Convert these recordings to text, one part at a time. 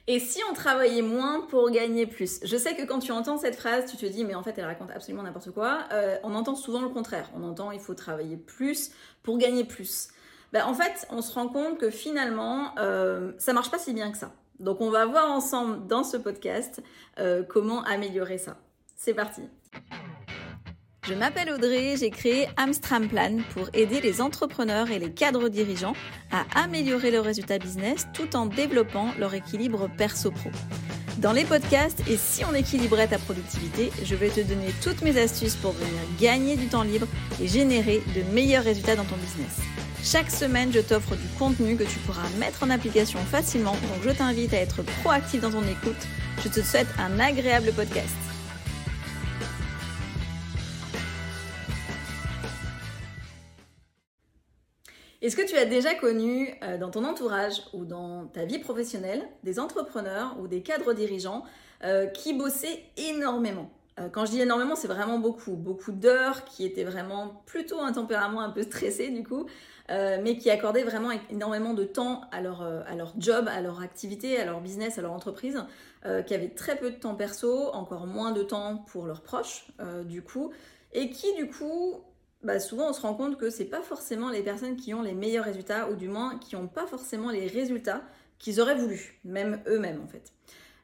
Et si on travaillait moins pour gagner plus? Je sais que quand tu entends cette phrase, tu te dis mais en fait elle raconte absolument n'importe quoi. On entend souvent le contraire. On entend il faut travailler plus pour gagner plus. En fait, on se rend compte que finalement, ça marche pas si bien que ça. Donc on va voir ensemble dans ce podcast comment améliorer ça. C'est parti. Je m'appelle Audrey, j'ai créé Amstramplan pour aider les entrepreneurs et les cadres dirigeants à améliorer leurs résultats business tout en développant leur équilibre perso-pro. Dans les podcasts et si on équilibrait ta productivité, je vais te donner toutes mes astuces pour venir gagner du temps libre et générer de meilleurs résultats dans ton business. Chaque semaine, je t'offre du contenu que tu pourras mettre en application facilement, donc je t'invite à être proactif dans ton écoute. Je te souhaite un agréable podcast. Est-ce que tu as déjà connu dans ton entourage ou dans ta vie professionnelle des entrepreneurs ou des cadres dirigeants qui bossaient énormément? Quand je dis énormément, c'est vraiment beaucoup d'heures, qui étaient vraiment plutôt un tempérament un peu stressé du coup, mais qui accordaient vraiment énormément de temps à leur job, à leur activité, à leur business, à leur entreprise, qui avaient très peu de temps perso, encore moins de temps pour leurs proches du coup, et qui du coup... souvent on se rend compte que c'est pas forcément les personnes qui ont les meilleurs résultats, ou du moins qui n'ont pas forcément les résultats qu'ils auraient voulu, même eux-mêmes en fait.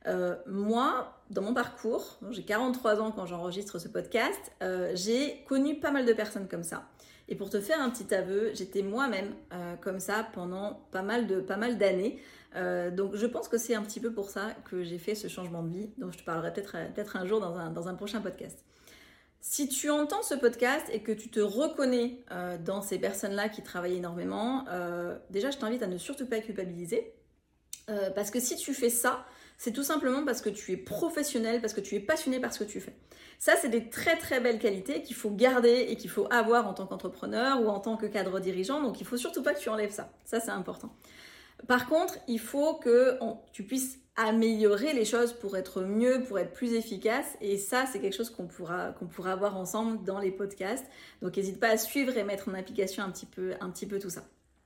Moi, dans mon parcours, j'ai 43 ans quand j'enregistre ce podcast, j'ai connu pas mal de personnes comme ça. Et pour te faire un petit aveu, j'étais moi-même comme ça pendant pas mal d'années. Donc je pense que c'est un petit peu pour ça que j'ai fait ce changement de vie, dont je te parlerai peut-être un jour dans un prochain podcast. Si tu entends ce podcast et que tu te reconnais dans ces personnes-là qui travaillent énormément, déjà je t'invite à ne surtout pas culpabiliser. Parce que si tu fais ça, c'est tout simplement parce que tu es professionnel, parce que tu es passionné par ce que tu fais. Ça, c'est des très très belles qualités qu'il faut garder et qu'il faut avoir en tant qu'entrepreneur ou en tant que cadre dirigeant. Donc il ne faut surtout pas que tu enlèves ça. Ça, c'est important. Par contre, il faut que tu puisses améliorer les choses pour être mieux, pour être plus efficace. Et ça, c'est quelque chose qu'on pourra voir ensemble dans les podcasts. Donc, n'hésite pas à suivre et mettre en application un petit peu tout ça.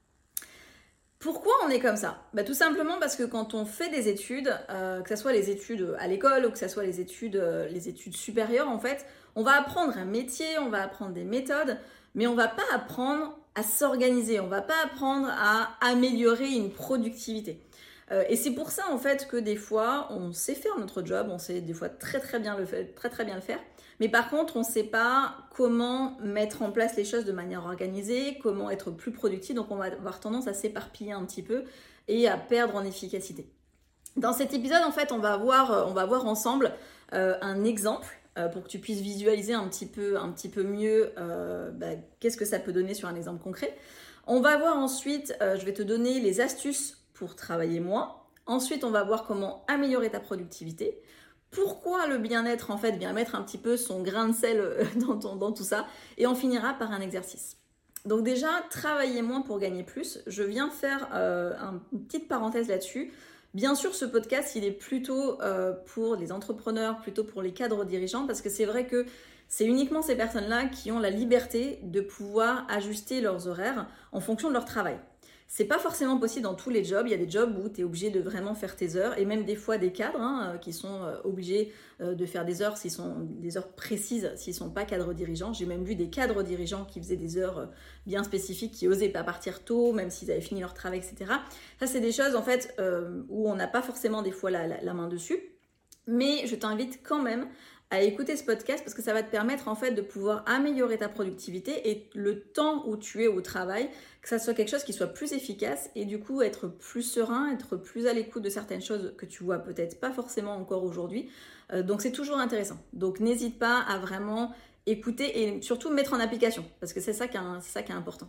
Pourquoi on est comme ça? Tout simplement parce que quand on fait des études, que ce soit les études à l'école ou que ce soit les études supérieures, en fait, on va apprendre un métier, on va apprendre des méthodes, mais on ne va pas apprendre à s'organiser, on ne va pas apprendre à améliorer une productivité. Et c'est pour ça en fait que des fois on sait faire notre job, on sait des fois très bien le faire, mais par contre on ne sait pas comment mettre en place les choses de manière organisée, comment être plus productif, donc on va avoir tendance à s'éparpiller un petit peu et à perdre en efficacité. Dans cet épisode en fait on va voir ensemble un exemple pour que tu puisses visualiser un petit peu mieux qu'est-ce que ça peut donner sur un exemple concret. On va voir ensuite, je vais te donner les astuces pour travailler moins. Ensuite, on va voir comment améliorer ta productivité. Pourquoi le bien-être, en fait, vient mettre un petit peu son grain de sel dans tout ça. Et on finira par un exercice. Donc déjà, travailler moins pour gagner plus. Je viens faire une petite parenthèse là-dessus. Bien sûr, ce podcast, il est plutôt pour les entrepreneurs, plutôt pour les cadres dirigeants, parce que c'est vrai que c'est uniquement ces personnes-là qui ont la liberté de pouvoir ajuster leurs horaires en fonction de leur travail. C'est pas forcément possible dans tous les jobs. Il y a des jobs où tu es obligé de vraiment faire tes heures, et même des fois des cadres qui sont obligés de faire des heures, s'ils sont des heures précises, s'ils sont pas cadres dirigeants. J'ai même vu des cadres dirigeants qui faisaient des heures bien spécifiques, qui osaient pas partir tôt, même s'ils avaient fini leur travail, etc. Ça, c'est des choses en fait où on n'a pas forcément des fois la main dessus. Mais je t'invite quand même à écouter ce podcast parce que ça va te permettre en fait de pouvoir améliorer ta productivité et le temps où tu es au travail, que ça soit quelque chose qui soit plus efficace et du coup être plus serein, être plus à l'écoute de certaines choses que tu vois peut-être pas forcément encore aujourd'hui. Donc c'est toujours intéressant. Donc n'hésite pas à vraiment écouter et surtout mettre en application parce que c'est ça qui est important.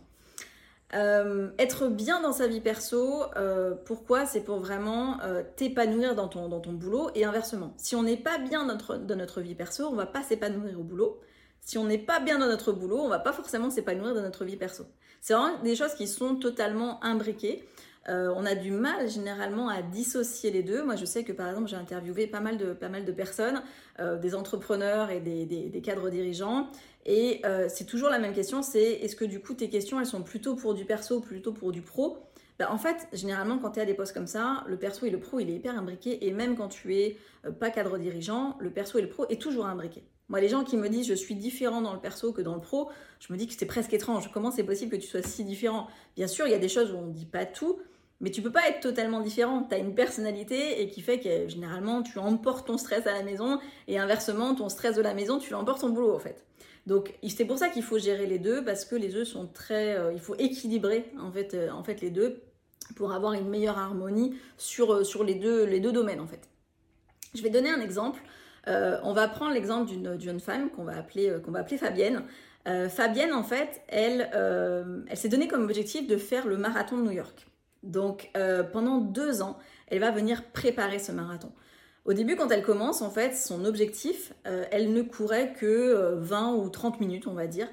Être bien dans sa vie perso, pourquoi? C'est pour vraiment t'épanouir dans ton boulot et inversement. Si on n'est pas bien dans notre vie perso, on va pas s'épanouir au boulot. Si on n'est pas bien dans notre boulot, on va pas forcément s'épanouir dans notre vie perso. C'est vraiment des choses qui sont totalement imbriquées. On a du mal généralement à dissocier les deux. Moi, je sais que par exemple, j'ai interviewé pas mal de personnes, des entrepreneurs et des cadres dirigeants. Et c'est toujours la même question, c'est est-ce que du coup tes questions elles sont plutôt pour du perso ou plutôt pour du pro? En fait, généralement, quand tu es à des postes comme ça, le perso et le pro, il est hyper imbriqué. Et même quand tu es pas cadre dirigeant, le perso et le pro est toujours imbriqué. Moi, les gens qui me disent je suis différent dans le perso que dans le pro, je me dis que c'est presque étrange. Comment c'est possible que tu sois si différent? Bien sûr, il y a des choses où on ne dit pas tout, mais tu peux pas être totalement différent. Tu as une personnalité et qui fait que généralement, tu emportes ton stress à la maison et inversement, ton stress de la maison, tu l'emportes au boulot en fait. Donc c'est pour ça qu'il faut gérer les deux parce que les deux sont très... il faut équilibrer en fait les deux pour avoir une meilleure harmonie sur les deux domaines en fait. Je vais donner un exemple. On va prendre l'exemple d'une jeune femme qu'on va appeler Fabienne. Fabienne, en fait, elle s'est donnée comme objectif de faire le marathon de New York. Donc, pendant 2 ans, elle va venir préparer ce marathon. Au début, quand elle commence, en fait, son objectif, elle ne courait que 20 ou 30 minutes, on va dire.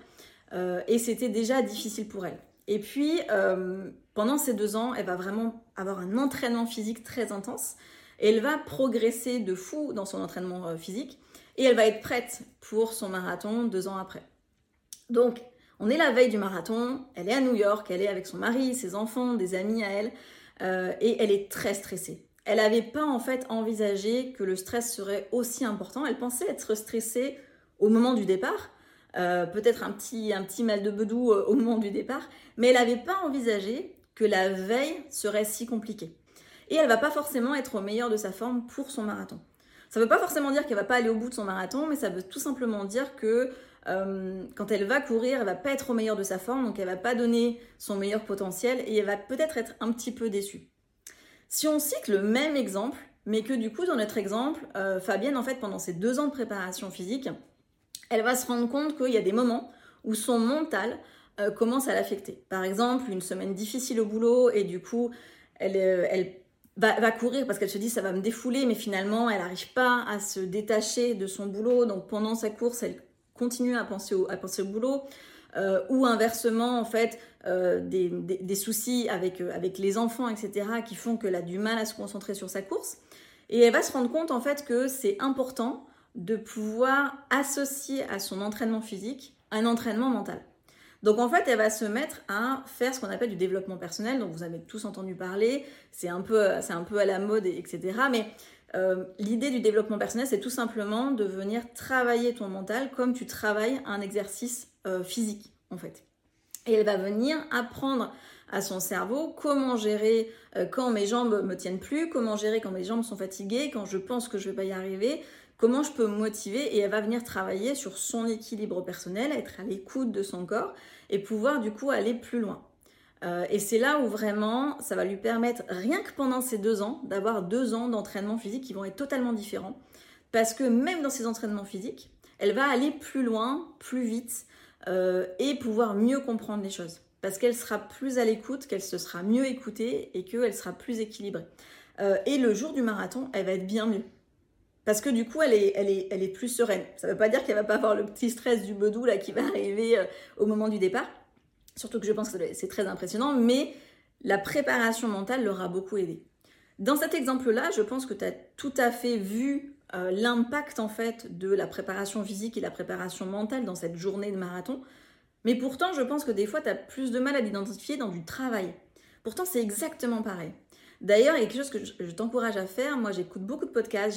Et c'était déjà difficile pour elle. Et puis, pendant ces 2 ans, elle va vraiment avoir un entraînement physique très intense. Et elle va progresser de fou dans son entraînement physique. Et elle va être prête pour son marathon 2 ans après. Donc, on est la veille du marathon. Elle est à New York. Elle est avec son mari, ses enfants, des amis à elle. Et elle est très stressée. Elle n'avait pas en fait envisagé que le stress serait aussi important. Elle pensait être stressée au moment du départ. Peut-être un petit mal de bedou au moment du départ. Mais elle n'avait pas envisagé que la veille serait si compliquée. Et elle ne va pas forcément être au meilleur de sa forme pour son marathon. Ça ne veut pas forcément dire qu'elle ne va pas aller au bout de son marathon, mais ça veut tout simplement dire que quand elle va courir, elle ne va pas être au meilleur de sa forme, donc elle ne va pas donner son meilleur potentiel et elle va peut-être être un petit peu déçue. Si on cite le même exemple, mais que du coup dans notre exemple, Fabienne en fait pendant ses 2 ans de préparation physique, elle va se rendre compte qu'il y a des moments où son mental commence à l'affecter. Par exemple, une semaine difficile au boulot et du coup elle va courir parce qu'elle se dit ça va me défouler, mais finalement elle n'arrive pas à se détacher de son boulot, donc pendant sa course elle continue à penser au boulot, ou inversement en fait des soucis avec les enfants, etc., qui font qu'elle a du mal à se concentrer sur sa course. Et elle va se rendre compte en fait que c'est important de pouvoir associer à son entraînement physique un entraînement mental. Donc en fait, elle va se mettre à faire ce qu'on appelle du développement personnel, dont vous avez tous entendu parler, c'est un peu à la mode, etc. Mais l'idée du développement personnel, c'est tout simplement de venir travailler ton mental comme tu travailles un exercice physique, en fait. Et elle va venir apprendre à son cerveau comment gérer quand mes jambes me tiennent plus, comment gérer quand mes jambes sont fatiguées, quand je pense que je ne vais pas y arriver, comment je peux me motiver, et elle va venir travailler sur son équilibre personnel, être à l'écoute de son corps et pouvoir du coup aller plus loin. Et c'est là où vraiment ça va lui permettre, rien que pendant ces 2 ans, d'avoir 2 ans d'entraînement physique qui vont être totalement différents. Parce que même dans ces entraînements physiques, elle va aller plus loin, plus vite et pouvoir mieux comprendre les choses. Parce qu'elle sera plus à l'écoute, qu'elle se sera mieux écoutée et qu'elle sera plus équilibrée. Et le jour du marathon, elle va être bien mieux. Parce que du coup, elle est plus sereine. Ça ne veut pas dire qu'elle ne va pas avoir le petit stress du bedou là, qui va arriver au moment du départ. Surtout que je pense que c'est très impressionnant. Mais la préparation mentale l'aura beaucoup aidée. Dans cet exemple-là, je pense que tu as tout à fait vu l'impact en fait de la préparation physique et la préparation mentale dans cette journée de marathon. Mais pourtant, je pense que des fois, tu as plus de mal à l'identifier dans du travail. Pourtant, c'est exactement pareil. D'ailleurs, il y a quelque chose que je t'encourage à faire. Moi, j'écoute beaucoup de podcasts,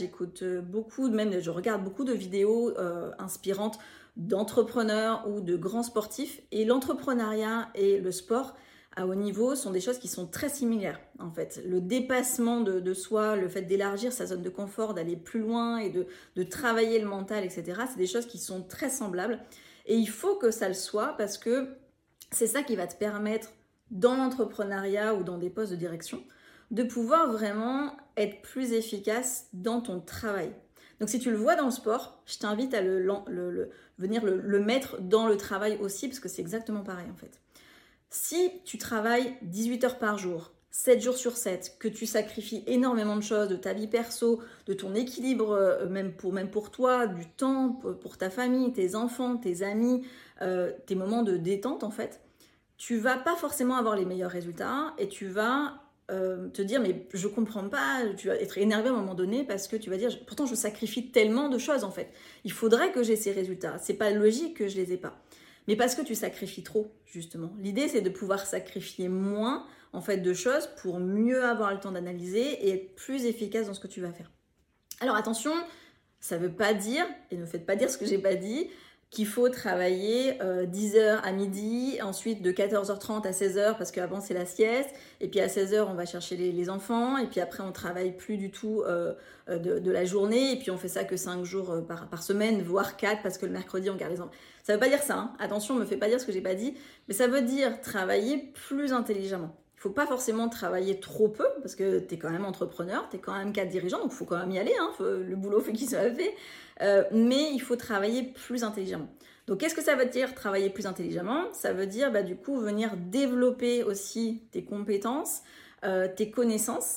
je regarde beaucoup de vidéos inspirantes d'entrepreneurs ou de grands sportifs. Et l'entrepreneuriat et le sport à haut niveau sont des choses qui sont très similaires, en fait. Le dépassement de soi, le fait d'élargir sa zone de confort, d'aller plus loin et de travailler le mental, etc., c'est des choses qui sont très semblables. Et il faut que ça le soit parce que c'est ça qui va te permettre, dans l'entrepreneuriat ou dans des postes de direction, de pouvoir vraiment être plus efficace dans ton travail. Donc si tu le vois dans le sport, je t'invite à venir le mettre dans le travail aussi, parce que c'est exactement pareil en fait. Si tu travailles 18 heures par jour, 7 jours sur 7, que tu sacrifies énormément de choses, de ta vie perso, de ton équilibre, même pour toi, du temps pour ta famille, tes enfants, tes amis, tes moments de détente en fait, tu vas pas forcément avoir les meilleurs résultats et tu vas te dire mais je comprends pas, tu vas être énervé à un moment donné parce que tu vas dire pourtant je sacrifie tellement de choses en fait, il faudrait que j'ai ces résultats, c'est pas logique que je les ai pas, mais parce que tu sacrifies trop justement. L'idée c'est de pouvoir sacrifier moins en fait de choses pour mieux avoir le temps d'analyser et être plus efficace dans ce que tu vas faire. Alors attention, ça ne veut pas dire, et ne me faites pas dire ce que j'ai pas dit, qu'il faut travailler 10h à midi, ensuite de 14h30 à 16h parce qu'avant c'est la sieste, et puis à 16h on va chercher les enfants, et puis après on travaille plus du tout de la journée, et puis on fait ça que 5 jours par semaine, voire 4 parce que le mercredi on garde les enfants. Ça veut pas dire ça, hein. Attention, ne me fais pas dire ce que j'ai pas dit, mais ça veut dire travailler plus intelligemment. Il ne faut pas forcément travailler trop peu, parce que tu es quand même entrepreneur, tu es quand même cadre dirigeant, donc il faut quand même y aller, hein, le boulot fait qu'il soit fait, mais il faut travailler plus intelligemment. Donc qu'est-ce que ça veut dire travailler plus intelligemment? Ça veut dire du coup venir développer aussi tes compétences, tes connaissances,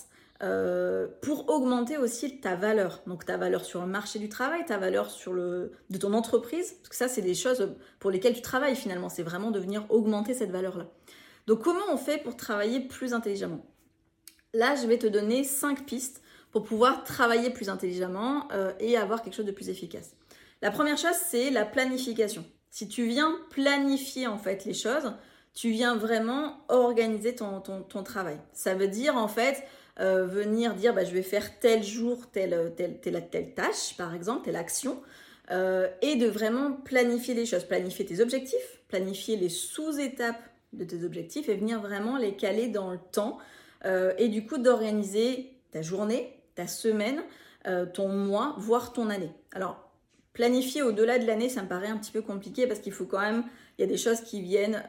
pour augmenter aussi ta valeur. Donc ta valeur sur le marché du travail, ta valeur de ton entreprise, parce que ça c'est des choses pour lesquelles tu travailles finalement, c'est vraiment de venir augmenter cette valeur-là. Donc comment on fait pour travailler plus intelligemment? Là, je vais te donner 5 pistes pour pouvoir travailler plus intelligemment et avoir quelque chose de plus efficace. La première chose, c'est la planification. Si tu viens planifier en fait les choses, tu viens vraiment organiser ton travail. Ça veut dire en fait venir dire je vais faire tel jour telle tâche, par exemple, telle action, et de vraiment planifier les choses, planifier tes objectifs, planifier les sous-étapes de tes objectifs et venir vraiment les caler dans le temps et du coup d'organiser ta journée, ta semaine, ton mois, voire ton année. Alors, planifier au-delà de l'année, ça me paraît un petit peu compliqué parce qu'il faut quand même, il y a des choses qui viennent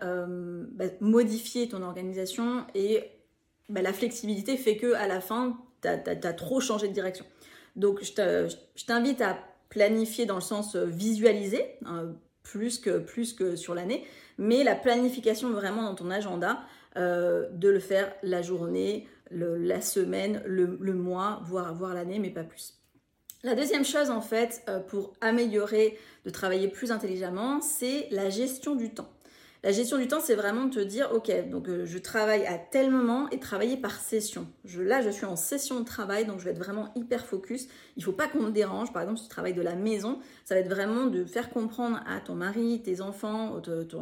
modifier ton organisation et la flexibilité fait que à la fin, tu as trop changé de direction. Donc, je t'invite à planifier dans le sens visualiser, plus que sur l'année, mais la planification vraiment dans ton agenda, de le faire la journée, la semaine, le mois, voire l'année, mais pas plus. La deuxième chose en fait, pour améliorer, de travailler plus intelligemment, c'est la gestion du temps. La gestion du temps, c'est vraiment de te dire, ok, donc je travaille à tel moment et travailler par session. Là, je suis en session de travail, donc je vais être vraiment hyper focus. Il ne faut pas qu'on me dérange. Par exemple, si tu travailles de la maison, ça va être vraiment de faire comprendre à ton mari, tes enfants,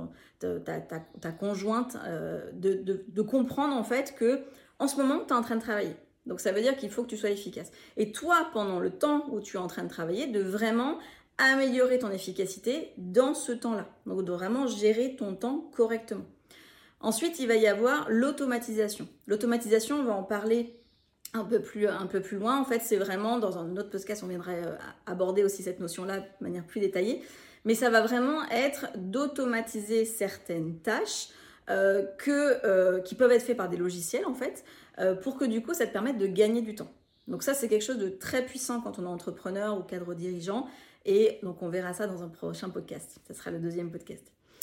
ta conjointe, de comprendre en fait que en ce moment, tu es en train de travailler. Donc ça veut dire qu'il faut que tu sois efficace. Et toi, pendant le temps où tu es en train de travailler, de vraiment améliorer ton efficacité dans ce temps-là. Donc de vraiment gérer ton temps correctement. Ensuite, il va y avoir l'automatisation. L'automatisation, on va en parler un peu plus loin. En fait, c'est vraiment, dans un autre podcast, on viendrait aborder aussi cette notion-là de manière plus détaillée. Mais ça va vraiment être d'automatiser certaines tâches qui peuvent être faites par des logiciels, en fait, pour que du coup, ça te permette de gagner du temps. Donc ça, c'est quelque chose de très puissant quand on est entrepreneur ou cadre dirigeant. Et donc, on verra ça dans un prochain podcast. Ça sera le deuxième podcast.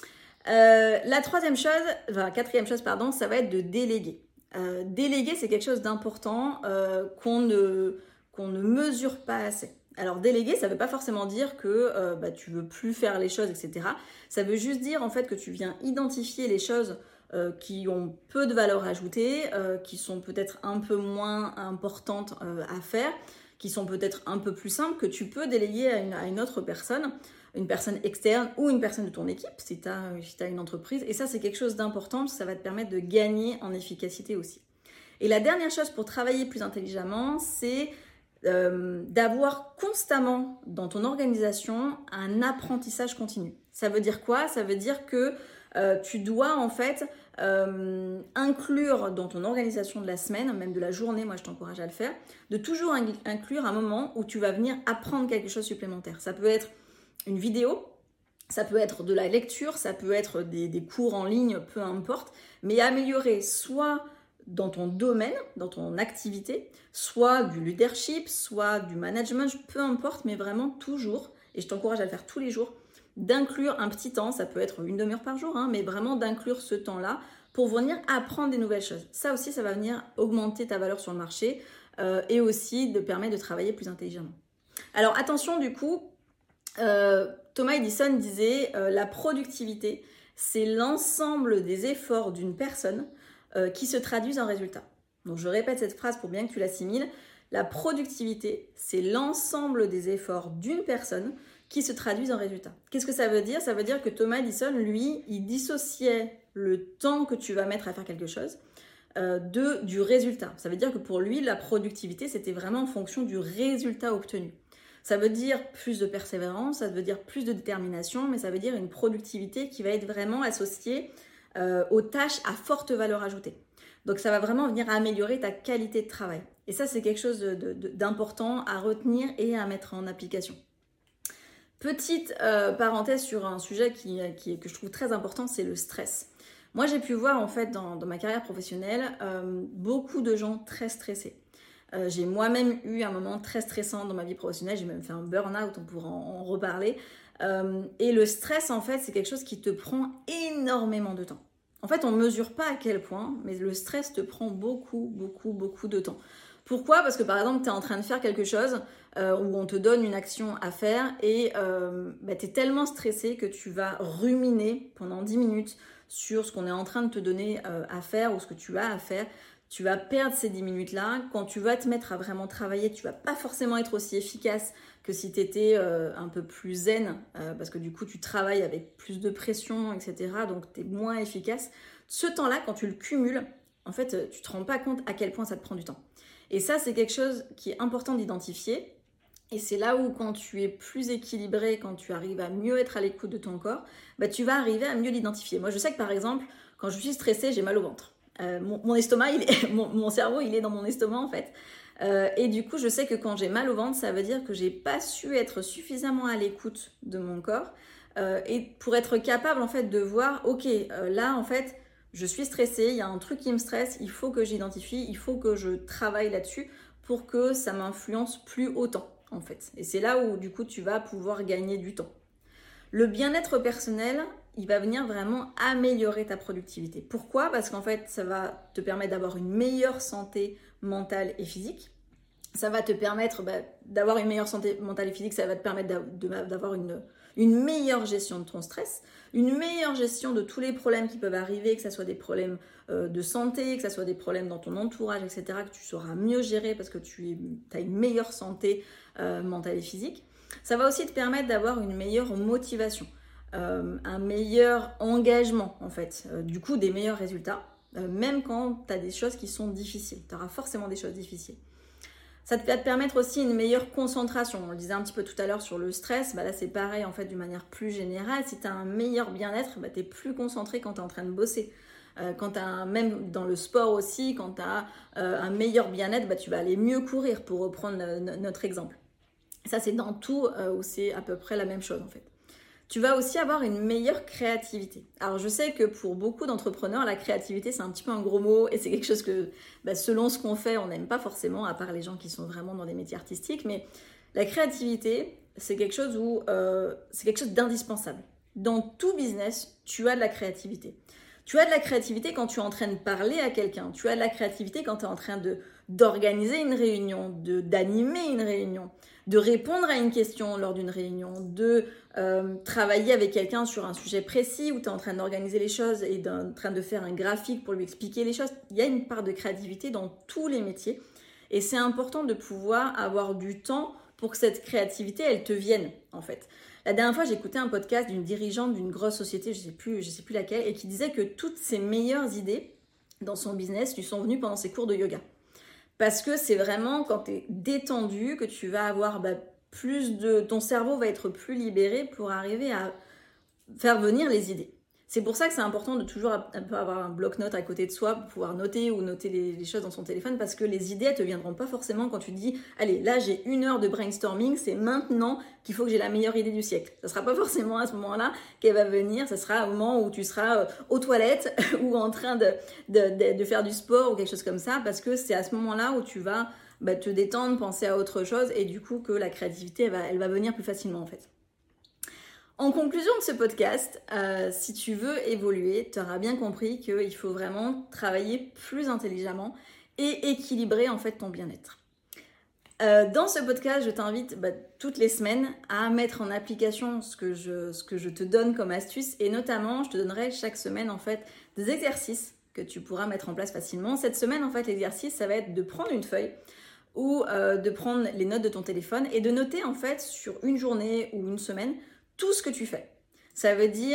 La quatrième chose, ça va être de déléguer. Déléguer, c'est quelque chose d'important qu'on ne mesure pas assez. Alors, déléguer, ça ne veut pas forcément dire que tu ne veux plus faire les choses, etc. Ça veut juste dire en fait que tu viens identifier les choses qui ont peu de valeur ajoutée, qui sont peut-être un peu moins importantes à faire, qui sont peut-être un peu plus simples, que tu peux déléguer à une autre personne, une personne externe ou une personne de ton équipe, si tu as une entreprise. Et ça, c'est quelque chose d'important, parce que ça va te permettre de gagner en efficacité aussi. Et la dernière chose pour travailler plus intelligemment, c'est d'avoir constamment dans ton organisation un apprentissage continu. Ça veut dire quoi? Ça veut dire que tu dois en fait inclure dans ton organisation de la semaine, même de la journée, moi je t'encourage à le faire, de toujours inclure un moment où tu vas venir apprendre quelque chose supplémentaire. Ça peut être une vidéo, ça peut être de la lecture, ça peut être des cours en ligne, peu importe, mais améliorer soit dans ton domaine, dans ton activité, soit du leadership, soit du management, peu importe, mais vraiment toujours, et je t'encourage à le faire tous les jours, d'inclure un petit temps, ça peut être une demi-heure par jour, mais vraiment d'inclure ce temps-là pour venir apprendre des nouvelles choses. Ça aussi, ça va venir augmenter ta valeur sur le marché et aussi de permettre de travailler plus intelligemment. Alors attention du coup, Thomas Edison disait la productivité, c'est l'ensemble des efforts d'une personne qui se traduisent en résultats. Donc je répète cette phrase pour bien que tu l'assimiles. La productivité, c'est l'ensemble des efforts d'une personne qui se traduisent en résultats. Qu'est-ce que ça veut dire? Ça veut dire que Thomas Edison, lui, il dissociait le temps que tu vas mettre à faire quelque chose du résultat. Ça veut dire que pour lui, la productivité, c'était vraiment en fonction du résultat obtenu. Ça veut dire plus de persévérance, ça veut dire plus de détermination, mais ça veut dire une productivité qui va être vraiment associée aux tâches à forte valeur ajoutée. Donc ça va vraiment venir améliorer ta qualité de travail. Et ça, c'est quelque chose d'important à retenir et à mettre en application. Petite parenthèse sur un sujet que je trouve très important, c'est le stress. Moi, j'ai pu voir en fait dans ma carrière professionnelle beaucoup de gens très stressés. J'ai moi-même eu un moment très stressant dans ma vie professionnelle, j'ai même fait un burn-out, on pourra en reparler. Et le stress, en fait, c'est quelque chose qui te prend énormément de temps. En fait, on ne mesure pas à quel point, mais le stress te prend beaucoup de temps. Pourquoi ? Parce que par exemple, tu es en train de faire quelque chose où on te donne une action à faire et tu es tellement stressé que tu vas ruminer pendant 10 minutes sur ce qu'on est en train de te donner à faire ou ce que tu as à faire. Tu vas perdre ces 10 minutes-là. Quand tu vas te mettre à vraiment travailler, tu ne vas pas forcément être aussi efficace que si tu étais un peu plus zen, parce que du coup, tu travailles avec plus de pression, etc. Donc, tu es moins efficace. Ce temps-là, quand tu le cumules, en fait, tu ne te rends pas compte à quel point ça te prend du temps. Et ça, c'est quelque chose qui est important d'identifier. Et c'est là où, quand tu es plus équilibré, quand tu arrives à mieux être à l'écoute de ton corps, tu vas arriver à mieux l'identifier. Moi, je sais que par exemple, quand je suis stressée, j'ai mal au ventre. Mon estomac, mon cerveau, il est dans mon estomac en fait. Et du coup, je sais que quand j'ai mal au ventre, ça veut dire que j'ai pas su être suffisamment à l'écoute de mon corps et pour être capable en fait de voir, ok, là en fait, je suis stressée, il y a un truc qui me stresse, il faut que j'identifie, il faut que je travaille là-dessus pour que ça m'influence plus autant en fait. Et c'est là où du coup, tu vas pouvoir gagner du temps. Le bien-être personnel, il va venir vraiment améliorer ta productivité. Pourquoi ? Parce qu'en fait, ça va te permettre d'avoir une meilleure santé mentale et physique. Ça va te permettre d'avoir une meilleure santé mentale et physique, ça va te permettre d'avoir une meilleure gestion de ton stress, une meilleure gestion de tous les problèmes qui peuvent arriver, que ce soit des problèmes de santé, que ce soit des problèmes dans ton entourage, etc., que tu sauras mieux gérer parce que tu as une meilleure santé mentale et physique. Ça va aussi te permettre d'avoir une meilleure motivation, un meilleur engagement en fait, du coup des meilleurs résultats, même quand tu as des choses qui sont difficiles. Tu auras forcément des choses difficiles. Ça va te permettre aussi une meilleure concentration. On le disait un petit peu tout à l'heure sur le stress, là c'est pareil en fait d'une manière plus générale. Si tu as un meilleur bien-être, tu es plus concentré quand tu es en train de bosser. Même dans le sport aussi, quand tu as un meilleur bien-être, tu vas aller mieux courir pour reprendre notre exemple. Ça, c'est dans tout où c'est à peu près la même chose en fait. Tu vas aussi avoir une meilleure créativité. Alors, je sais que pour beaucoup d'entrepreneurs, la créativité, c'est un petit peu un gros mot et c'est quelque chose que, selon ce qu'on fait, on n'aime pas forcément, à part les gens qui sont vraiment dans des métiers artistiques. Mais la créativité, c'est quelque chose d'indispensable. Dans tout business, tu as de la créativité. Tu as de la créativité quand tu es en train de parler à quelqu'un. Tu as de la créativité quand tu es en train d'organiser une réunion, d'animer une réunion, de répondre à une question lors d'une réunion, de travailler avec quelqu'un sur un sujet précis où tu es en train d'organiser les choses et en train de faire un graphique pour lui expliquer les choses. Il y a une part de créativité dans tous les métiers et c'est important de pouvoir avoir du temps pour que cette créativité, elle te vienne en fait. La dernière fois, j'ai écouté un podcast d'une dirigeante d'une grosse société, je sais plus laquelle, et qui disait que toutes ses meilleures idées dans son business lui sont venues pendant ses cours de yoga. Parce que c'est vraiment quand tu es détendu que tu vas avoir ton cerveau va être plus libéré pour arriver à faire venir les idées. C'est pour ça que c'est important de toujours un peu avoir un bloc-notes à côté de soi pour pouvoir noter les choses dans son téléphone parce que les idées, elles te viendront pas forcément quand tu te dis « Allez, là, j'ai 1 heure de brainstorming, c'est maintenant qu'il faut que j'ai la meilleure idée du siècle. » Ça sera pas forcément à ce moment-là qu'elle va venir, ça sera au moment où tu seras aux toilettes ou en train de faire du sport ou quelque chose comme ça parce que c'est à ce moment-là où tu vas te détendre, penser à autre chose et du coup que la créativité, elle va venir plus facilement en fait. En conclusion de ce podcast, si tu veux évoluer, tu auras bien compris qu'il faut vraiment travailler plus intelligemment et équilibrer en fait ton bien-être. Dans ce podcast, je t'invite toutes les semaines à mettre en application ce que je te donne comme astuce et notamment, je te donnerai chaque semaine en fait des exercices que tu pourras mettre en place facilement. Cette semaine, en fait, l'exercice, ça va être de prendre une feuille ou de prendre les notes de ton téléphone et de noter en fait sur une journée ou une semaine tout ce que tu fais. Ça veut dire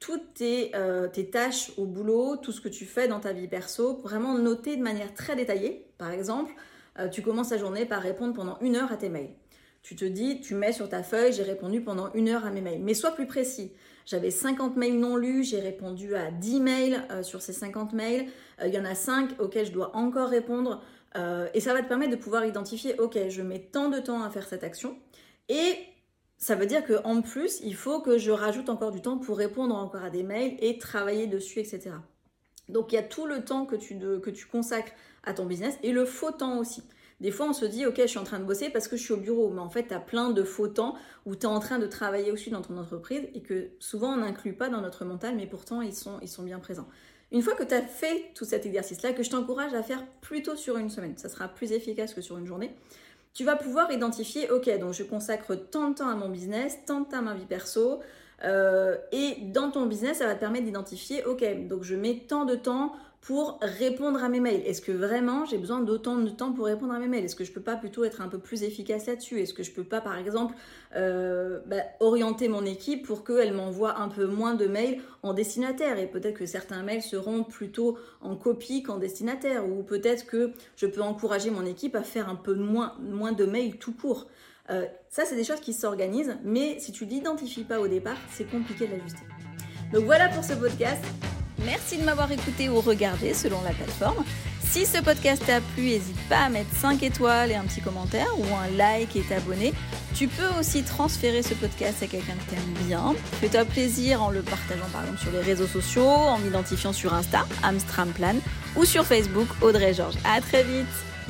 toutes tes tâches au boulot, tout ce que tu fais dans ta vie perso, vraiment noter de manière très détaillée. Par exemple, tu commences ta journée par répondre pendant 1 heure à tes mails. Tu mets sur ta feuille, j'ai répondu pendant 1 heure à mes mails. Mais sois plus précis. J'avais 50 mails non lus, j'ai répondu à 10 mails sur ces 50 mails. Il y en a 5 auxquels je dois encore répondre. Et ça va te permettre de pouvoir identifier, ok, je mets tant de temps à faire cette action. Et ça veut dire qu'en plus, il faut que je rajoute encore du temps pour répondre encore à des mails et travailler dessus, etc. Donc, il y a tout le temps que tu consacres à ton business et le faux temps aussi. Des fois, on se dit, ok, je suis en train de bosser parce que je suis au bureau. Mais en fait, tu as plein de faux temps où tu es en train de travailler aussi dans ton entreprise et que souvent, on n'inclut pas dans notre mental, mais pourtant, ils sont bien présents. Une fois que tu as fait tout cet exercice-là, que je t'encourage à faire plutôt sur une semaine, ça sera plus efficace que sur une journée, tu vas pouvoir identifier, ok, donc je consacre tant de temps à mon business, tant de temps à ma vie perso, et dans ton business, ça va te permettre d'identifier, ok, donc je mets tant de temps pour répondre à mes mails. Est-ce que vraiment j'ai besoin d'autant de temps pour répondre à mes mails? Est-ce que je peux pas plutôt être un peu plus efficace là-dessus? Est-ce que je peux pas, par exemple, orienter mon équipe pour qu'elle m'envoie un peu moins de mails en destinataire? Et peut-être que certains mails seront plutôt en copie qu'en destinataire. Ou peut-être que je peux encourager mon équipe à faire un peu moins de mails tout court. Ça, c'est des choses qui s'organisent, mais si tu ne l'identifies pas au départ, c'est compliqué de l'ajuster. Donc voilà pour ce podcast. Merci de m'avoir écouté ou regardé selon la plateforme. Si ce podcast t'a plu, n'hésite pas à mettre 5 étoiles et un petit commentaire ou un like et t'abonner. Tu peux aussi transférer ce podcast à quelqu'un que t'aimes bien. Fais-toi plaisir en le partageant par exemple sur les réseaux sociaux, en m'identifiant sur Insta, Amstramplan, ou sur Facebook, Audrey Georges. À très vite!